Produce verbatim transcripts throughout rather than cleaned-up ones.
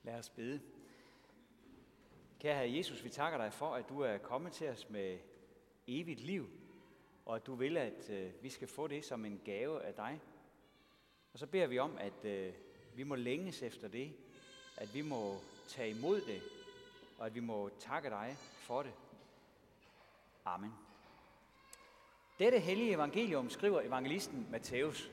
Lad os bede. Kære Herre Jesus, vi takker dig for, at du er kommet til os med evigt liv, og at du vil, at øh, vi skal få det som en gave af dig. Og så beder vi om, at øh, vi må længes efter det, at vi må tage imod det, og at vi må takke dig for det. Amen. Dette hellige evangelium skriver evangelisten Matthæus.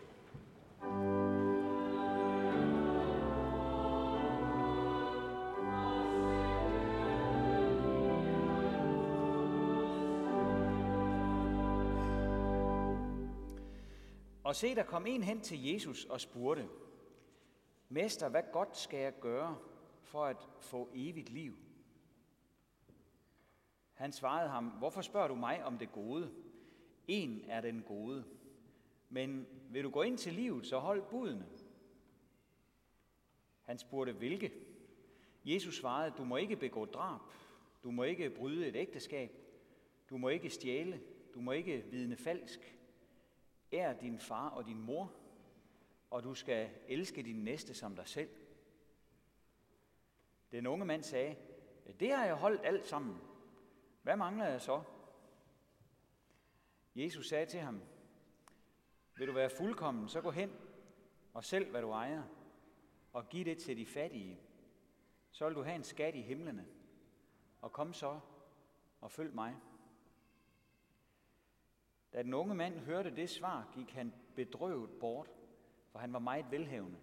Og se, der kom en hen til Jesus og spurgte: Mester, hvad godt skal jeg gøre for at få evigt liv? Han svarede ham: Hvorfor spørger du mig om det gode? En er den gode. Men vil du gå ind til livet, så hold budene. Han spurgte: Hvilke? Jesus svarede: Du må ikke begå drab. Du må ikke bryde et ægteskab. Du må ikke stjæle. Du må ikke vidne falsk. Ær din far og din mor, og du skal elske din næste som dig selv. Den unge mand sagde: Det har jeg holdt alt sammen. Hvad mangler jeg så? Jesus sagde til ham: Vil du være fuldkommen, så gå hen og sælg, hvad du ejer, og giv det til de fattige. Så vil du have en skat i himlene, og kom så og følg mig. Da den unge mand hørte det svar, gik han bedrøvet bort, for han var meget velhavende.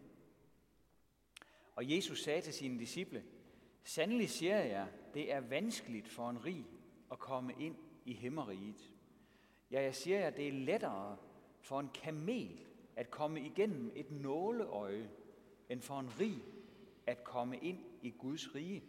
Og Jesus sagde til sine disciple: Sandelig siger jeg, det er vanskeligt for en rig at komme ind i himmeriget. Ja, jeg siger jer, det er lettere for en kamel at komme igennem et nåleøje, end for en rig at komme ind i Guds rige.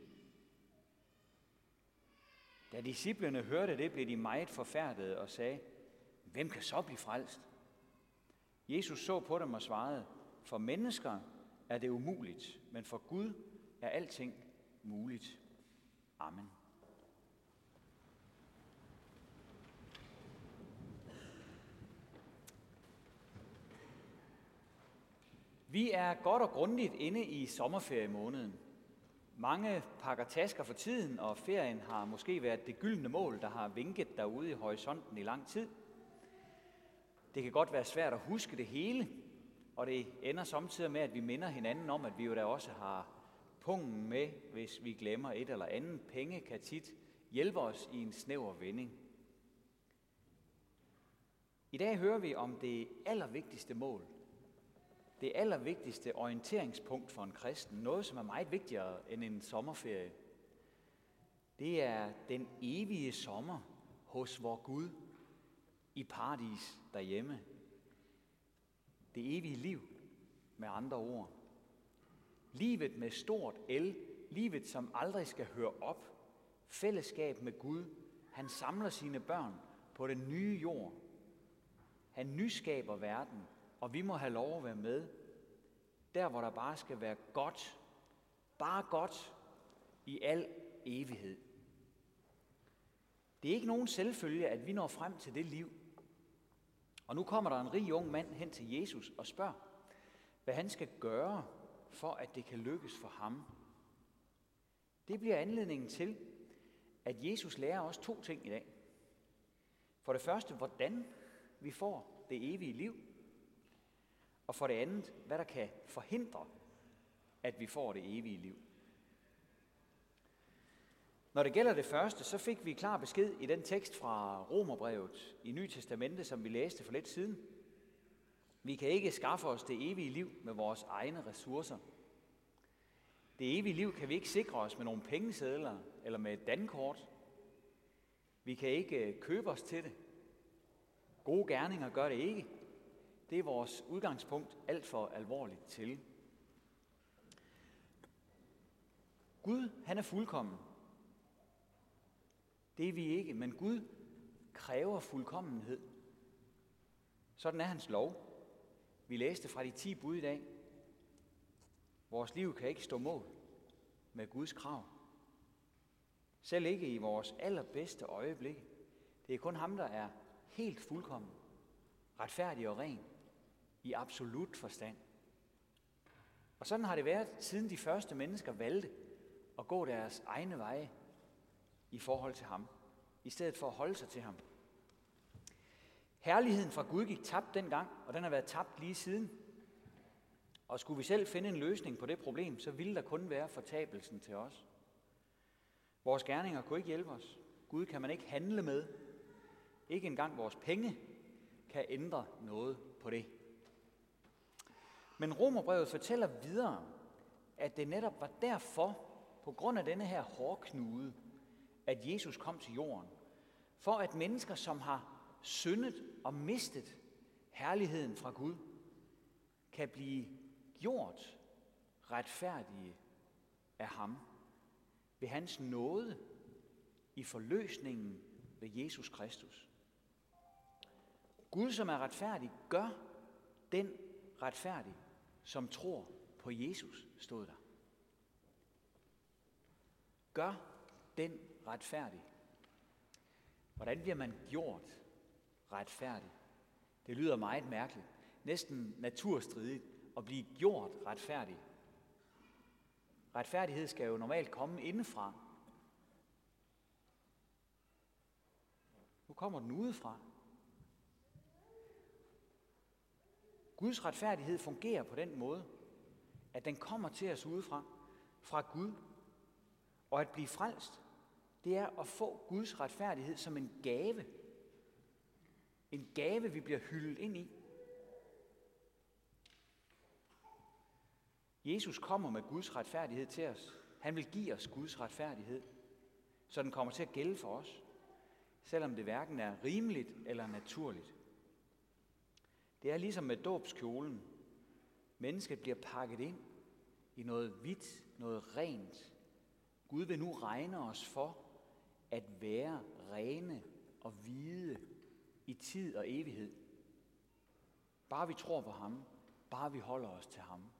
Da disciplene hørte det, blev de meget forfærdede og sagde: Hvem kan så blive frelst? Jesus så på dem og svarede: For mennesker er det umuligt, men for Gud er alting muligt. Amen. Vi er godt og grundigt inde i sommerferiemåneden. Mange pakker tasker for tiden, og ferien har måske været det gyldne mål, der har vinket derude i horisonten i lang tid. Det kan godt være svært at huske det hele, og det ender samtidig med, at vi minder hinanden om, at vi jo da også har pungen med, hvis vi glemmer et eller andet. Penge kan tit hjælpe os i en snæver vending. I dag hører vi om det allervigtigste mål, det allervigtigste orienteringspunkt for en kristen, noget som er meget vigtigere end en sommerferie. Det er den evige sommer hos vor Gud i paradis derhjemme. Det evige liv, med andre ord. Livet med stort L, livet som aldrig skal høre op. Fællesskab med Gud. Han samler sine børn på den nye jord. Han nyskaber verden, og vi må have lov at være med. Der, hvor der bare skal være godt. Bare godt i al evighed. Det er ikke nogen selvfølge, at vi når frem til det liv. Og nu kommer der en rig ung mand hen til Jesus og spørger, hvad han skal gøre, for at det kan lykkes for ham. Det bliver anledningen til, at Jesus lærer os to ting i dag. For det første, hvordan vi får det evige liv. Og for det andet, hvad der kan forhindre, at vi får det evige liv. Når det gælder det første, så fik vi klar besked i den tekst fra Romerbrevet i Nye Testamente, som vi læste for lidt siden. Vi kan ikke skaffe os det evige liv med vores egne ressourcer. Det evige liv kan vi ikke sikre os med nogle pengesedler eller med et dankort. Vi kan ikke købe os til det. Gode gerninger gør det ikke. Det er vores udgangspunkt alt for alvorligt til. Gud, han er fuldkommen. Det er vi ikke, men Gud kræver fuldkommenhed. Sådan er hans lov. Vi læste fra de ti bud i dag. Vores liv kan ikke stå mål med Guds krav. Selv ikke i vores allerbedste øjeblik. Det er kun ham, der er helt fuldkommen, retfærdig og ren, i absolut forstand. Og sådan har det været, siden de første mennesker valgte at gå deres egne veje i forhold til ham, i stedet for at holde sig til ham. Herligheden fra Gud gik tabt dengang, og den har været tabt lige siden. Og skulle vi selv finde en løsning på det problem, så ville der kun være fortabelsen til os. Vores gerninger kunne ikke hjælpe os. Gud kan man ikke handle med. Ikke engang vores penge kan ændre noget på det. Men Romerbrevet fortæller videre, at det netop var derfor, på grund af denne her hårdknude, at Jesus kom til jorden. For at mennesker, som har syndet og mistet herligheden fra Gud, kan blive gjort retfærdige af ham ved hans nåde i forløsningen ved Jesus Kristus. Gud, som er retfærdig, gør den retfærdig, som tror på Jesus, stod der. Gør den retfærdig. Hvordan bliver man gjort retfærdig? Det lyder meget mærkeligt, næsten naturstridigt at blive gjort retfærdig. Retfærdighed skal jo normalt komme indefra. Nu kommer den udefra. Guds retfærdighed fungerer på den måde, at den kommer til os udefra, fra Gud. Og at blive frelst, det er at få Guds retfærdighed som en gave. En gave, vi bliver hyldet ind i. Jesus kommer med Guds retfærdighed til os. Han vil give os Guds retfærdighed, så den kommer til at gælde for os, selvom det hverken er rimeligt eller naturligt. Det er ligesom med dåbskjolen. Mennesket bliver pakket ind i noget hvidt, noget rent. Gud vil nu regne os for at være rene og hvide i tid og evighed. Bare vi tror på ham, bare vi holder os til ham.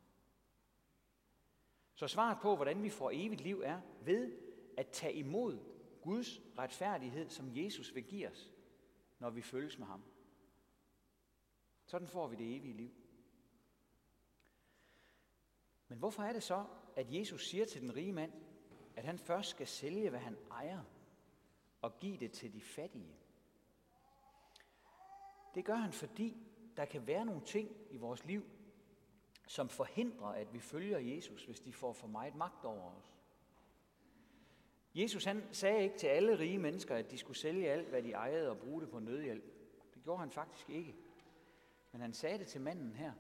Så svaret på, hvordan vi får evigt liv, er ved at tage imod Guds retfærdighed, som Jesus vil give os, når vi følges med ham. Sådan får vi det evige liv. Men hvorfor er det så, at Jesus siger til den rige mand, at han først skal sælge, hvad han ejer, og give det til de fattige? Det gør han, fordi der kan være nogle ting i vores liv, som forhindrer, at vi følger Jesus, hvis de får for meget magt over os. Jesus han sagde ikke til alle rige mennesker, at de skulle sælge alt, hvad de ejede, og bruge det på nødhjælp. Det gjorde han faktisk ikke. Men han sagde det til manden her.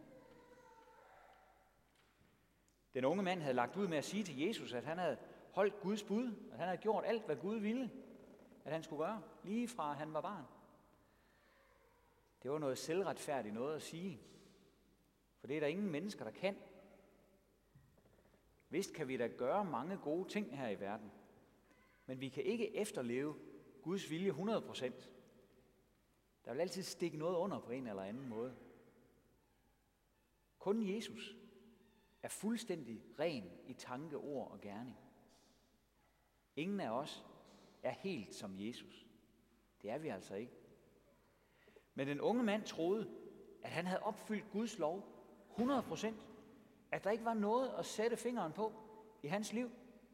Den unge mand havde lagt ud med at sige til Jesus, at han havde holdt Guds bud, at han havde gjort alt, hvad Gud ville, at han skulle gøre, lige fra han var barn. Det var noget selvretfærdigt noget at sige, for det er der ingen mennesker, der kan. Vist kan vi da gøre mange gode ting her i verden, men vi kan ikke efterleve Guds vilje hundrede procent. Der vil altid stikke noget under på en eller anden måde. Kun Jesus er fuldstændig ren i tanke, ord og gerning. Ingen af os er helt som Jesus. Det er vi altså ikke. Men den unge mand troede, at han havde opfyldt Guds lov hundrede procent. At der ikke var noget at sætte fingeren på i hans liv.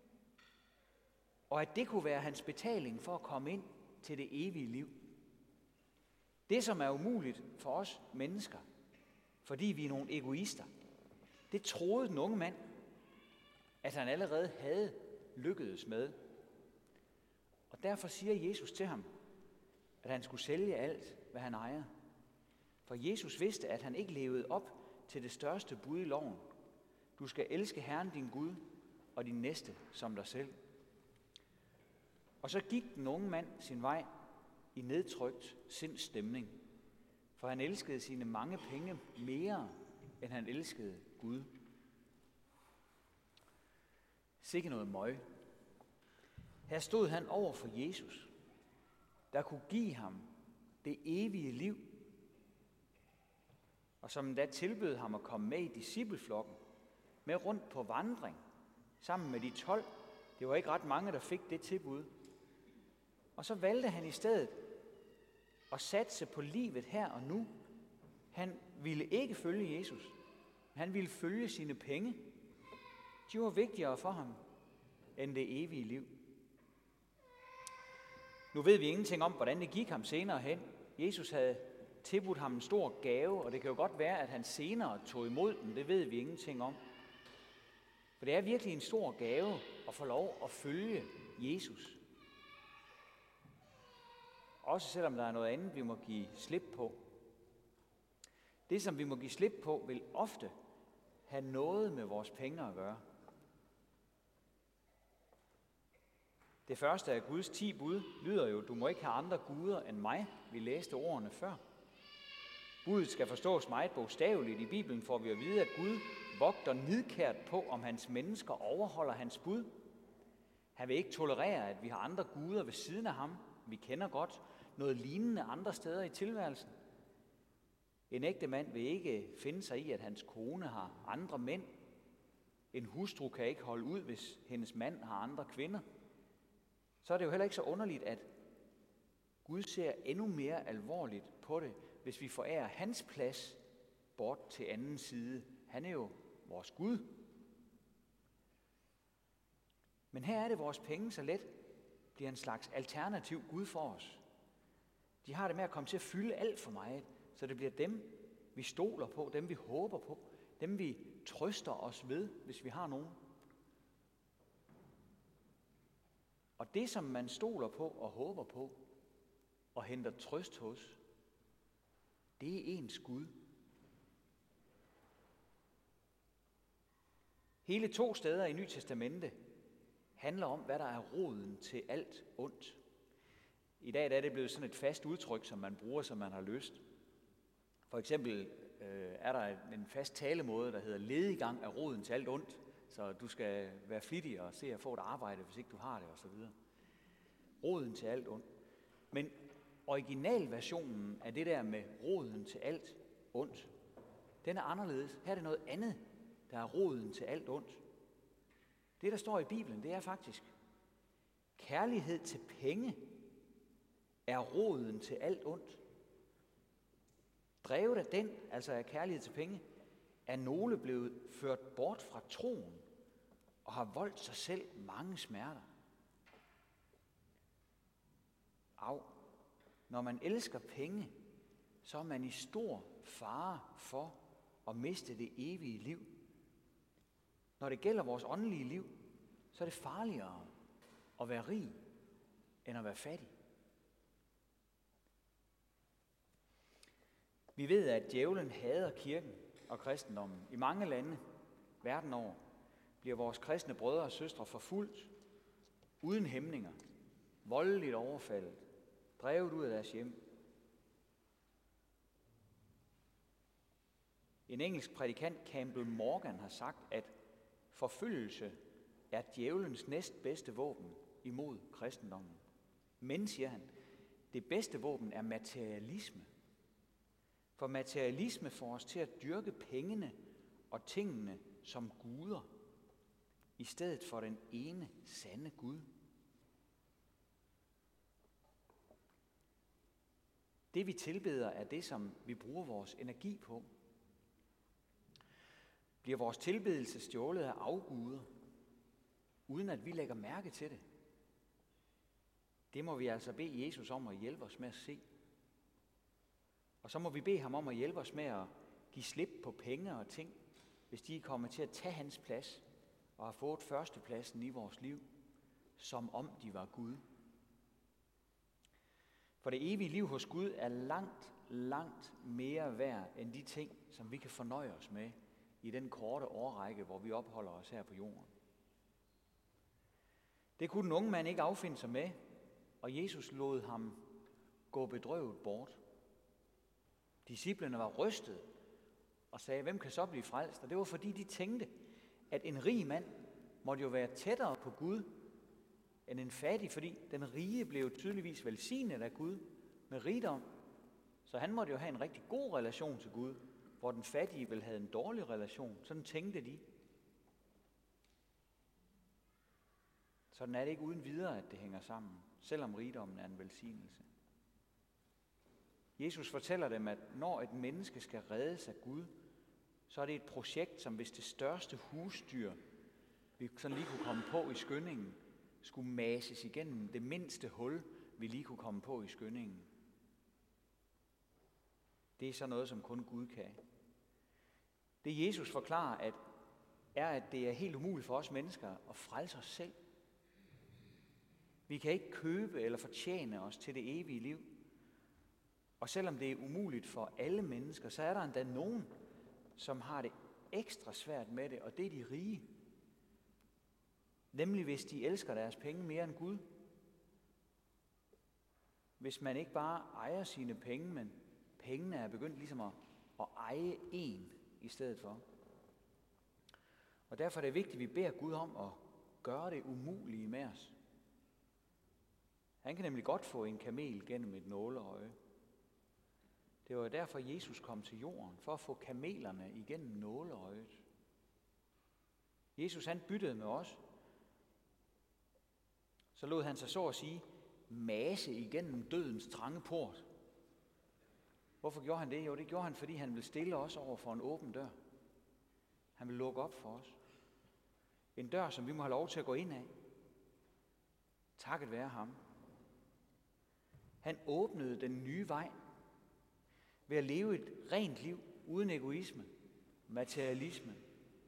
Og at det kunne være hans betaling for at komme ind til det evige liv. Det, som er umuligt for os mennesker, fordi vi er nogle egoister, det troede den unge mand, at han allerede havde lykkedes med. Og derfor siger Jesus til ham, at han skulle sælge alt, hvad han ejer. For Jesus vidste, at han ikke levede op til det største bud i loven. Du skal elske Herren din Gud og din næste som dig selv. Og så gik den unge mand sin vej i nedtrykt sindsstemning, for han elskede sine mange penge mere, end han elskede Gud. Sikke noget møg. Her stod han over for Jesus, der kunne give ham det evige liv, og som endda tilbød ham at komme med i discipleflokken, med rundt på vandring, sammen med de tolv. Det var ikke ret mange, der fik det tilbud. Og så valgte han i stedet at satse på livet her og nu. Han ville ikke følge Jesus. Han ville følge sine penge. De var vigtigere for ham end det evige liv. Nu ved vi ingenting om, hvordan det gik ham senere hen. Jesus havde tilbudt ham en stor gave, og det kan jo godt være, at han senere tog imod den. Det ved vi ingenting om. For det er virkelig en stor gave at få lov at følge Jesus. Også selvom der er noget andet, vi må give slip på. Det, som vi må give slip på, vil ofte have noget med vores penge at gøre. Det første af Guds ti bud lyder jo, du må ikke have andre guder end mig. Vi læste ordene før. Budet skal forstås meget bogstaveligt. I Bibelen får vi at vide, at Gud vogter nidkært på, om hans mennesker overholder hans bud. Han vil ikke tolerere, at vi har andre guder ved siden af ham. Vi kender godt noget lignende andre steder i tilværelsen. En ægte mand vil ikke finde sig i, at hans kone har andre mænd. En hustru kan ikke holde ud, hvis hendes mand har andre kvinder. Så er det jo heller ikke så underligt, at Gud ser endnu mere alvorligt på det, hvis vi forærer hans plads bort til anden side. Han er jo vores Gud. Men her er det, vores penge så let bliver en slags alternativ Gud for os. De har det med at komme til at fylde alt for meget, så det bliver dem, vi stoler på, dem vi håber på, dem vi trøster os ved, hvis vi har nogen. Og det, som man stoler på og håber på og henter trøst hos, det er ens Gud. Hele to steder i Nye Testamente handler om, hvad der er roden til alt ondt. I dag er det blevet sådan et fast udtryk, som man bruger, som man har lyst. For eksempel øh, er der en fast talemåde, der hedder lediggang er roden til alt ondt. Så du skal være flittig og se at få et arbejde, hvis ikke du har det, osv. Roden til alt ondt. Men originalversionen af det der med roden til alt ondt, den er anderledes. Her er det noget andet, der er roden til alt ondt. Det, der står i Bibelen, det er faktisk, kærlighed til penge er roden til alt ondt. Drevet af den, altså af kærlighed til penge, er nogle blevet ført bort fra troen og har voldt sig selv mange smerter. Au, når man elsker penge, så er man i stor fare for at miste det evige liv. Når det gælder vores åndelige liv, så er det farligere at være rig, end at være fattig. Vi ved, at djævlen hader kirken og kristendommen. I mange lande verden over bliver vores kristne brødre og søstre forfulgt, uden hæmninger, voldeligt overfaldet, drevet ud af deres hjem. En engelsk prædikant, Campbell Morgan, har sagt, at forfølgelse er djævelens næstbedste våben imod kristendommen. Men, siger han, det bedste våben er materialisme. For materialisme får os til at dyrke pengene og tingene som guder, i stedet for den ene sande Gud. Det vi tilbeder er det, som vi bruger vores energi på. Bliver vores tilbedelse stjålet af afguder, uden at vi lægger mærke til det? Det må vi altså bede Jesus om at hjælpe os med at se. Og så må vi bede ham om at hjælpe os med at give slip på penge og ting, hvis de er kommet til at tage hans plads og har fået førstepladsen i vores liv, som om de var Gud. For det evige liv hos Gud er langt, langt mere værd end de ting, som vi kan fornøje os med i den korte årrække, hvor vi opholder os her på jorden. Det kunne den unge mand ikke affinde sig med, og Jesus lod ham gå bedrøvet bort. Disciplene var rystet og sagde, hvem kan så blive frelst? Og det var fordi, de tænkte, at en rig mand måtte jo være tættere på Gud end en fattig, fordi den rige blev tydeligvis velsignet af Gud med rigdom. Så han måtte jo have en rigtig god relation til Gud, hvor den fattige vel havde en dårlig relation. Sådan tænkte de. Sådan er det ikke uden videre, at det hænger sammen, selvom rigdommen er en velsignelse. Jesus fortæller dem, at når et menneske skal reddes af Gud, så er det et projekt, som hvis det største husdyr vi sådan lige kunne komme på i skyndingen, skulle mases igennem det mindste hul, vi lige kunne komme på i skyndingen. Det er så noget, som kun Gud kan. Det Jesus forklarer, at, er, at det er helt umuligt for os mennesker at frelse os selv. Vi kan ikke købe eller fortjene os til det evige liv. Og selvom det er umuligt for alle mennesker, så er der endda nogen, som har det ekstra svært med det, og det er de rige. Nemlig hvis de elsker deres penge mere end Gud. Hvis man ikke bare ejer sine penge, men pengene er begyndt ligesom at, at eje en i stedet for. Og derfor er det vigtigt, at vi beder Gud om at gøre det umulige med os. Han kan nemlig godt få en kamel gennem et nåleøje. Det var derfor, Jesus kom til jorden, for at få kamelerne igennem nåleøjet. Jesus han byttede med os. Så lod han sig så at sige mase igennem dødens trange port. Hvorfor gjorde han det? Jo, det gjorde han, fordi han ville stille os over for en åben dør. Han vil lukke op for os. En dør, som vi må have lov til at gå ind af. Takket være ham. Han åbnede den nye vej ved at leve et rent liv uden egoisme, materialisme,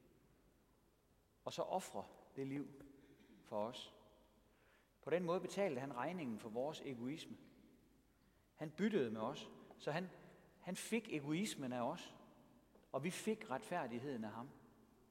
og så ofre det liv for os. På den måde betalte han regningen for vores egoisme. Han byttede med os, så han, han fik egoismen af os, og vi fik retfærdigheden af ham.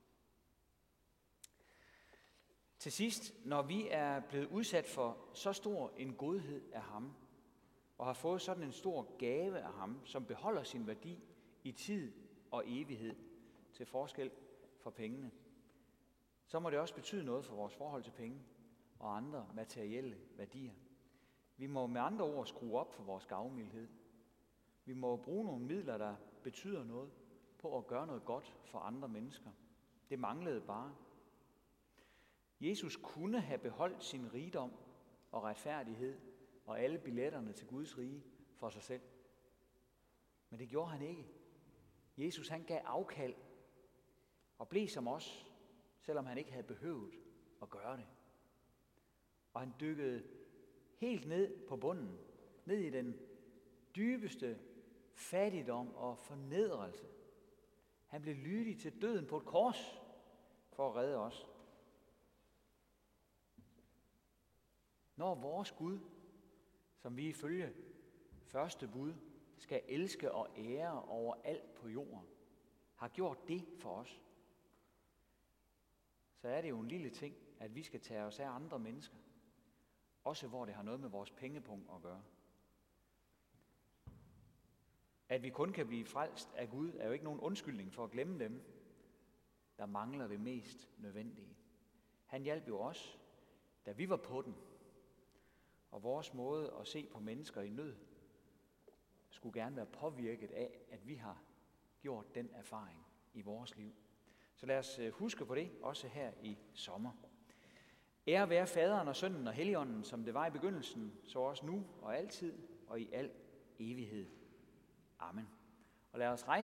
Til sidst, når vi er blevet udsat for så stor en godhed af ham, og har fået sådan en stor gave af ham, som beholder sin værdi i tid og evighed, til forskel for pengene, så må det også betyde noget for vores forhold til penge og andre materielle værdier. Vi må med andre ord skrue op for vores gavmildhed. Vi må bruge nogle midler, der betyder noget, på at gøre noget godt for andre mennesker. Det manglede bare. Jesus kunne have beholdt sin rigdom og retfærdighed og alle billetterne til Guds rige for sig selv. Men det gjorde han ikke. Jesus han gav afkald og blev som os, selvom han ikke havde behøvet at gøre det. Og han dykkede helt ned på bunden, ned i den dybeste fattigdom og fornedrelse. Han blev lydig til døden på et kors for at redde os. Når vores Gud, som vi ifølge første bud skal elske og ære over alt på jorden, har gjort det for os, så er det jo en lille ting, at vi skal tage os af andre mennesker, også hvor det har noget med vores pengepunkt at gøre. At vi kun kan blive frelst af Gud, er jo ikke nogen undskyldning for at glemme dem, der mangler det mest nødvendige. Han hjalp jo os, da vi var på den, og vores måde at se på mennesker i nød skulle gerne være påvirket af, at vi har gjort den erfaring i vores liv. Så lad os huske på det, også her i sommer. Ære være Faderen og Sønnen og Helligånden, som det var i begyndelsen, så også nu og altid og i al evighed. Amen. Og lad os rejse